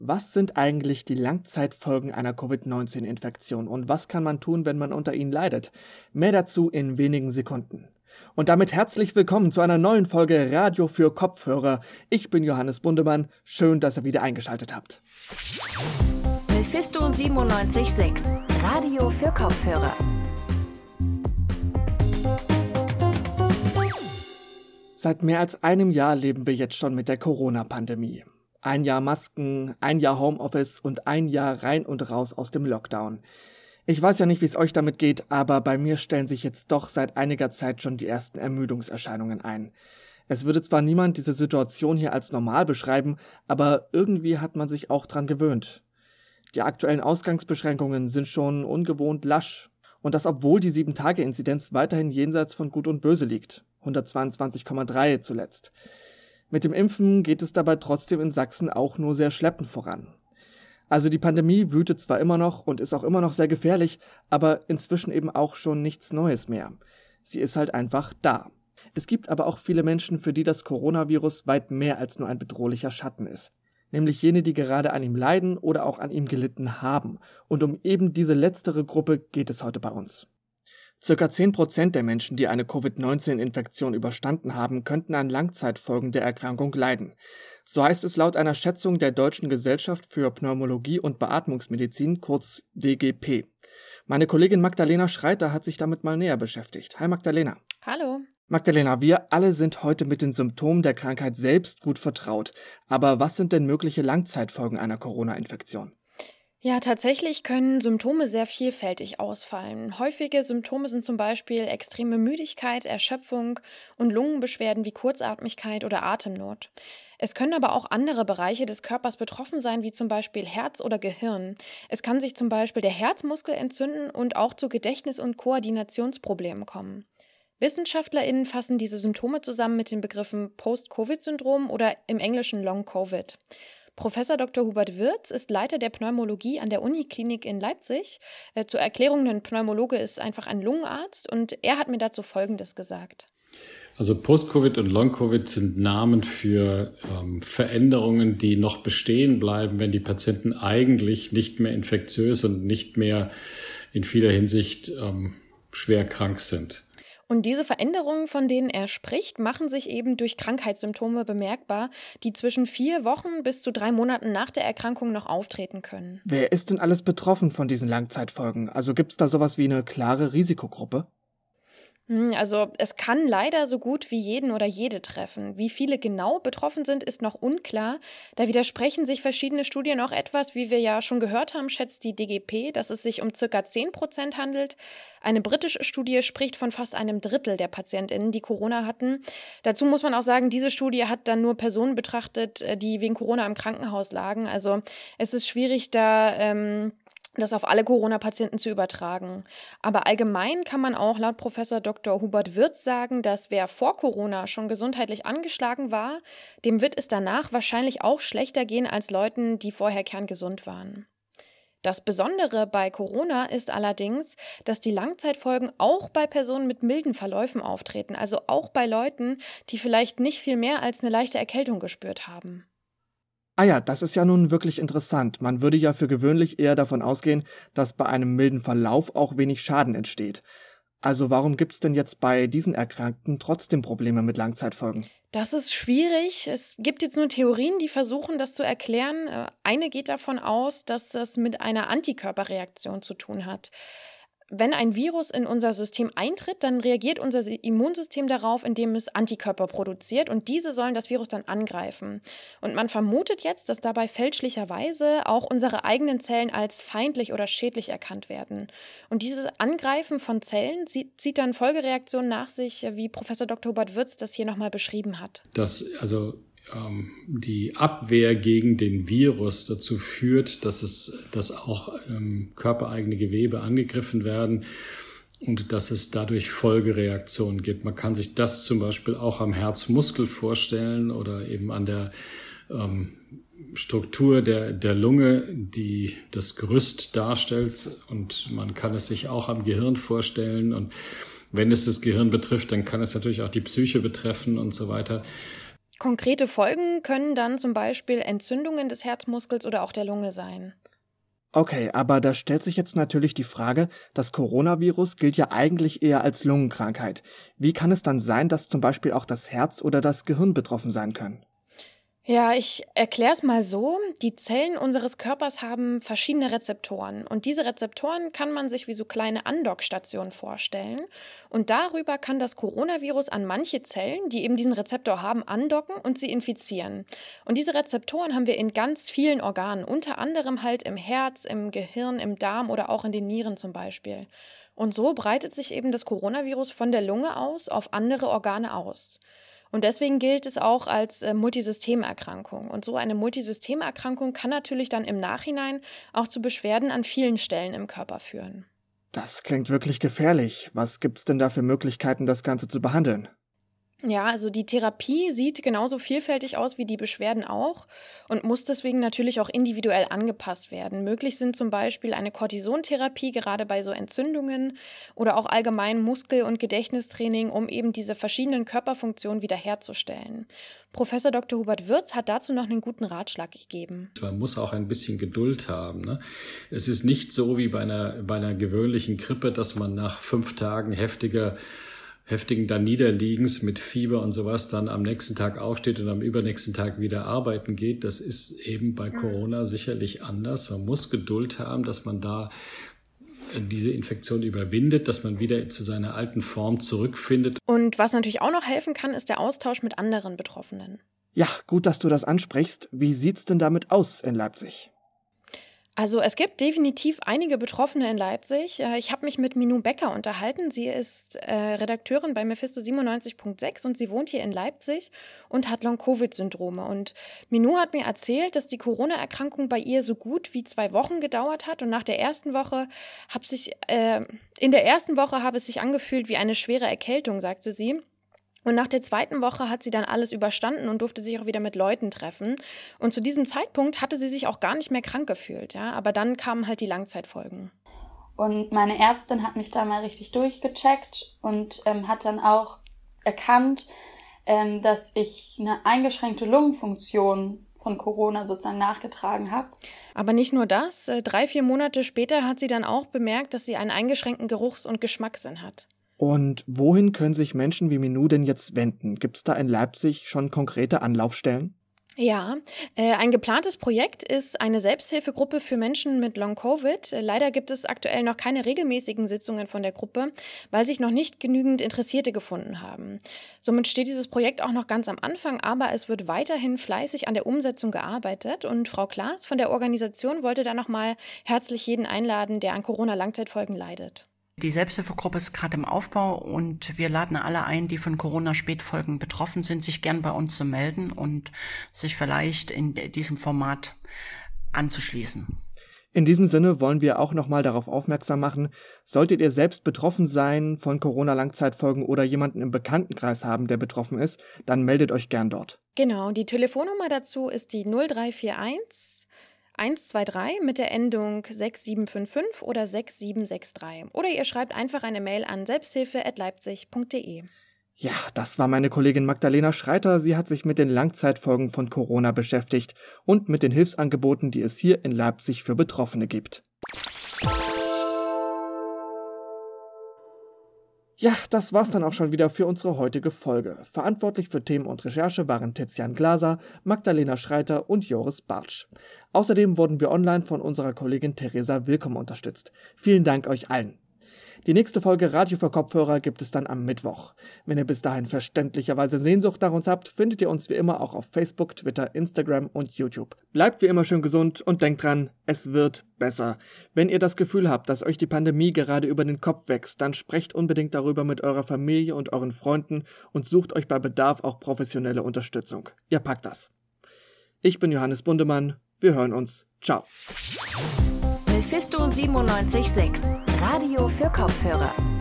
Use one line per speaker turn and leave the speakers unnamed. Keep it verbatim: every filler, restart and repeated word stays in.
Was sind eigentlich die Langzeitfolgen einer Covid neunzehn Infektion und was kann man tun, wenn man unter ihnen leidet? Mehr dazu in wenigen Sekunden. Und damit herzlich willkommen zu einer neuen Folge Radio für Kopfhörer. Ich bin Johannes Bundemann. Schön, dass ihr wieder eingeschaltet habt.
Mephisto siebenundneunzig Komma sechs, Radio für Kopfhörer.
Seit mehr als einem Jahr leben wir jetzt schon mit der Corona-Pandemie. Ein Jahr Masken, ein Jahr Homeoffice und ein Jahr rein und raus aus dem Lockdown. Ich weiß ja nicht, wie es euch damit geht, aber bei mir stellen sich jetzt doch seit einiger Zeit schon die ersten Ermüdungserscheinungen ein. Es würde zwar niemand diese Situation hier als normal beschreiben, aber irgendwie hat man sich auch dran gewöhnt. Die aktuellen Ausgangsbeschränkungen sind schon ungewohnt lasch. Und das obwohl die sieben Tage Inzidenz weiterhin jenseits von Gut und Böse liegt. hundertzweiundzwanzig Komma drei zuletzt. Mit dem Impfen geht es dabei trotzdem in Sachsen auch nur sehr schleppend voran. Also die Pandemie wütet zwar immer noch und ist auch immer noch sehr gefährlich, aber inzwischen eben auch schon nichts Neues mehr. Sie ist halt einfach da. Es gibt aber auch viele Menschen, für die das Coronavirus weit mehr als nur ein bedrohlicher Schatten ist. Nämlich jene, die gerade an ihm leiden oder auch an ihm gelitten haben. Und um eben diese letztere Gruppe geht es heute bei uns. Circa zehn Prozent der Menschen, die eine Covid neunzehn Infektion überstanden haben, könnten an Langzeitfolgen der Erkrankung leiden. So heißt es laut einer Schätzung der Deutschen Gesellschaft für Pneumologie und Beatmungsmedizin, kurz D G P. Meine Kollegin Magdalena Schreiter hat sich damit mal näher beschäftigt. Hi Magdalena.
Hallo.
Magdalena, wir alle sind heute mit den Symptomen der Krankheit selbst gut vertraut. Aber was sind denn mögliche Langzeitfolgen einer Corona-Infektion?
Ja, tatsächlich können Symptome sehr vielfältig ausfallen. Häufige Symptome sind zum Beispiel extreme Müdigkeit, Erschöpfung und Lungenbeschwerden wie Kurzatmigkeit oder Atemnot. Es können aber auch andere Bereiche des Körpers betroffen sein, wie zum Beispiel Herz oder Gehirn. Es kann sich zum Beispiel der Herzmuskel entzünden und auch zu Gedächtnis- und Koordinationsproblemen kommen. WissenschaftlerInnen fassen diese Symptome zusammen mit den Begriffen Post-Covid-Syndrom oder im Englischen Long-Covid. Professor Doktor Hubert Wirz ist Leiter der Pneumologie an der Uniklinik in Leipzig. Äh, zur Erklärung, ein Pneumologe ist einfach ein Lungenarzt und er hat mir dazu Folgendes gesagt.
Also Post-Covid und Long-Covid sind Namen für ähm, Veränderungen, die noch bestehen bleiben, wenn die Patienten eigentlich nicht mehr infektiös und nicht mehr in vieler Hinsicht ähm, schwer krank sind.
Und diese Veränderungen, von denen er spricht, machen sich eben durch Krankheitssymptome bemerkbar, die zwischen vier Wochen bis zu drei Monaten nach der Erkrankung noch auftreten können.
Wer ist denn alles betroffen von diesen Langzeitfolgen? Also gibt es da sowas wie eine klare Risikogruppe?
Also es kann leider so gut wie jeden oder jede treffen. Wie viele genau betroffen sind, ist noch unklar. Da widersprechen sich verschiedene Studien auch etwas. Wie wir ja schon gehört haben, schätzt die D G P, dass es sich um ca. zehn Prozent handelt. Eine britische Studie spricht von fast einem Drittel der PatientInnen, die Corona hatten. Dazu muss man auch sagen, diese Studie hat dann nur Personen betrachtet, die wegen Corona im Krankenhaus lagen. Also es ist schwierig, da ähm, das auf alle Corona-Patienten zu übertragen. Aber allgemein kann man auch laut Professor Doktor Hubert Wirz sagen, dass wer vor Corona schon gesundheitlich angeschlagen war, dem wird es danach wahrscheinlich auch schlechter gehen als Leuten, die vorher kerngesund waren. Das Besondere bei Corona ist allerdings, dass die Langzeitfolgen auch bei Personen mit milden Verläufen auftreten, also auch bei Leuten, die vielleicht nicht viel mehr als eine leichte Erkältung gespürt haben.
Ah ja, das ist ja nun wirklich interessant. Man würde ja für gewöhnlich eher davon ausgehen, dass bei einem milden Verlauf auch wenig Schaden entsteht. Also warum gibt es denn jetzt bei diesen Erkrankten trotzdem Probleme mit Langzeitfolgen?
Das ist schwierig. Es gibt jetzt nur Theorien, die versuchen, das zu erklären. Eine geht davon aus, dass das mit einer Antikörperreaktion zu tun hat. Wenn ein Virus in unser System eintritt, dann reagiert unser Immunsystem darauf, indem es Antikörper produziert und diese sollen das Virus dann angreifen. Und man vermutet jetzt, dass dabei fälschlicherweise auch unsere eigenen Zellen als feindlich oder schädlich erkannt werden. Und dieses Angreifen von Zellen zieht dann Folgereaktionen nach sich, wie Professor Doktor Hubert Wirz das hier nochmal beschrieben hat.
Das, also die Abwehr gegen den Virus dazu führt, dass es, dass auch ähm, körpereigene Gewebe angegriffen werden und dass es dadurch Folgereaktionen gibt. Man kann sich das zum Beispiel auch am Herzmuskel vorstellen oder eben an der ähm, Struktur der, der Lunge, die das Gerüst darstellt, und man kann es sich auch am Gehirn vorstellen, und wenn es das Gehirn betrifft, dann kann es natürlich auch die Psyche betreffen und so weiter.
Konkrete Folgen können dann zum Beispiel Entzündungen des Herzmuskels oder auch der Lunge sein.
Okay, aber da stellt sich jetzt natürlich die Frage, das Coronavirus gilt ja eigentlich eher als Lungenkrankheit. Wie kann es dann sein, dass zum Beispiel auch das Herz oder das Gehirn betroffen sein können?
Ja, ich erkläre es mal so. Die Zellen unseres Körpers haben verschiedene Rezeptoren. Und diese Rezeptoren kann man sich wie so kleine Andockstationen vorstellen. Und darüber kann das Coronavirus an manche Zellen, die eben diesen Rezeptor haben, andocken und sie infizieren. Und diese Rezeptoren haben wir in ganz vielen Organen, unter anderem halt im Herz, im Gehirn, im Darm oder auch in den Nieren zum Beispiel. Und so breitet sich eben das Coronavirus von der Lunge aus auf andere Organe aus. Und deswegen gilt es auch als äh, Multisystemerkrankung. Und so eine Multisystemerkrankung kann natürlich dann im Nachhinein auch zu Beschwerden an vielen Stellen im Körper führen.
Das klingt wirklich gefährlich. Was gibt's denn da für Möglichkeiten, das Ganze zu behandeln?
Ja, also die Therapie sieht genauso vielfältig aus wie die Beschwerden auch und muss deswegen natürlich auch individuell angepasst werden. Möglich sind zum Beispiel eine Cortisontherapie, gerade bei so Entzündungen, oder auch allgemein Muskel- und Gedächtnistraining, um eben diese verschiedenen Körperfunktionen wiederherzustellen. Professor Doktor Hubert Würz hat dazu noch einen guten Ratschlag gegeben.
Man muss auch ein bisschen Geduld haben, ne? Es ist nicht so wie bei einer, bei einer gewöhnlichen Grippe, dass man nach fünf Tagen heftiger heftigen dann Niederliegens mit Fieber und sowas dann am nächsten Tag aufsteht und am übernächsten Tag wieder arbeiten geht. Das ist eben bei Corona sicherlich anders. Man muss Geduld haben, dass man da diese Infektion überwindet, dass man wieder zu seiner alten Form zurückfindet.
Und was natürlich auch noch helfen kann, ist der Austausch mit anderen Betroffenen.
Ja, gut, dass du das ansprichst. Wie sieht's denn damit aus in Leipzig?
Also es gibt definitiv einige Betroffene in Leipzig. Ich habe mich mit Minou Becker unterhalten. Sie ist äh, Redakteurin bei Mephisto siebenundneunzig Punkt sechs und sie wohnt hier in Leipzig und hat Long-Covid-Syndrome. Und Minou hat mir erzählt, dass die Corona-Erkrankung bei ihr so gut wie zwei Wochen gedauert hat. Und nach der ersten Woche habe sich äh, in der ersten Woche habe es sich angefühlt wie eine schwere Erkältung, sagte sie. Und nach der zweiten Woche hat sie dann alles überstanden und durfte sich auch wieder mit Leuten treffen. Und zu diesem Zeitpunkt hatte sie sich auch gar nicht mehr krank gefühlt. Ja? Aber dann kamen halt die Langzeitfolgen.
Und meine Ärztin hat mich da mal richtig durchgecheckt und ähm, hat dann auch erkannt, ähm, dass ich eine eingeschränkte Lungenfunktion von Corona sozusagen nachgetragen habe.
Aber nicht nur das. Drei, vier Monate später hat sie dann auch bemerkt, dass sie einen eingeschränkten Geruchs- und Geschmackssinn hat.
Und wohin können sich Menschen wie Minou denn jetzt wenden? Gibt es da in Leipzig schon konkrete Anlaufstellen?
Ja, äh, ein geplantes Projekt ist eine Selbsthilfegruppe für Menschen mit Long-Covid. Äh, leider gibt es aktuell noch keine regelmäßigen Sitzungen von der Gruppe, weil sich noch nicht genügend Interessierte gefunden haben. Somit steht dieses Projekt auch noch ganz am Anfang, aber es wird weiterhin fleißig an der Umsetzung gearbeitet. Und Frau Klaas von der Organisation wollte da nochmal herzlich jeden einladen, der an Corona-Langzeitfolgen leidet.
Die Selbsthilfegruppe ist gerade im Aufbau und wir laden alle ein, die von Corona-Spätfolgen betroffen sind, sich gern bei uns zu melden und sich vielleicht in diesem Format anzuschließen.
In diesem Sinne wollen wir auch nochmal darauf aufmerksam machen, solltet ihr selbst betroffen sein von Corona-Langzeitfolgen oder jemanden im Bekanntenkreis haben, der betroffen ist, dann meldet euch gern dort.
Genau, die Telefonnummer dazu ist die null drei vier eins eins zwei drei mit der Endung sechs sieben fünf fünf oder sechs sieben sechs drei. Oder ihr schreibt einfach eine Mail an selbsthilfe at leipzig punkt de.
Ja, das war meine Kollegin Magdalena Schreiter. Sie hat sich mit den Langzeitfolgen von Corona beschäftigt und mit den Hilfsangeboten, die es hier in Leipzig für Betroffene gibt. Ja, das war's dann auch schon wieder für unsere heutige Folge. Verantwortlich für Themen und Recherche waren Tizian Glaser, Magdalena Schreiter und Joris Bartsch. Außerdem wurden wir online von unserer Kollegin Theresa Willkomm unterstützt. Vielen Dank euch allen. Die nächste Folge Radio für Kopfhörer gibt es dann am Mittwoch. Wenn ihr bis dahin verständlicherweise Sehnsucht nach uns habt, findet ihr uns wie immer auch auf Facebook, Twitter, Instagram und YouTube. Bleibt wie immer schön gesund und denkt dran, es wird besser. Wenn ihr das Gefühl habt, dass euch die Pandemie gerade über den Kopf wächst, dann sprecht unbedingt darüber mit eurer Familie und euren Freunden und sucht euch bei Bedarf auch professionelle Unterstützung. Ihr packt das. Ich bin Johannes Bundemann. Wir hören uns. Ciao.
Mephisto siebenundneunzig Komma sechs. Radio für Kopfhörer.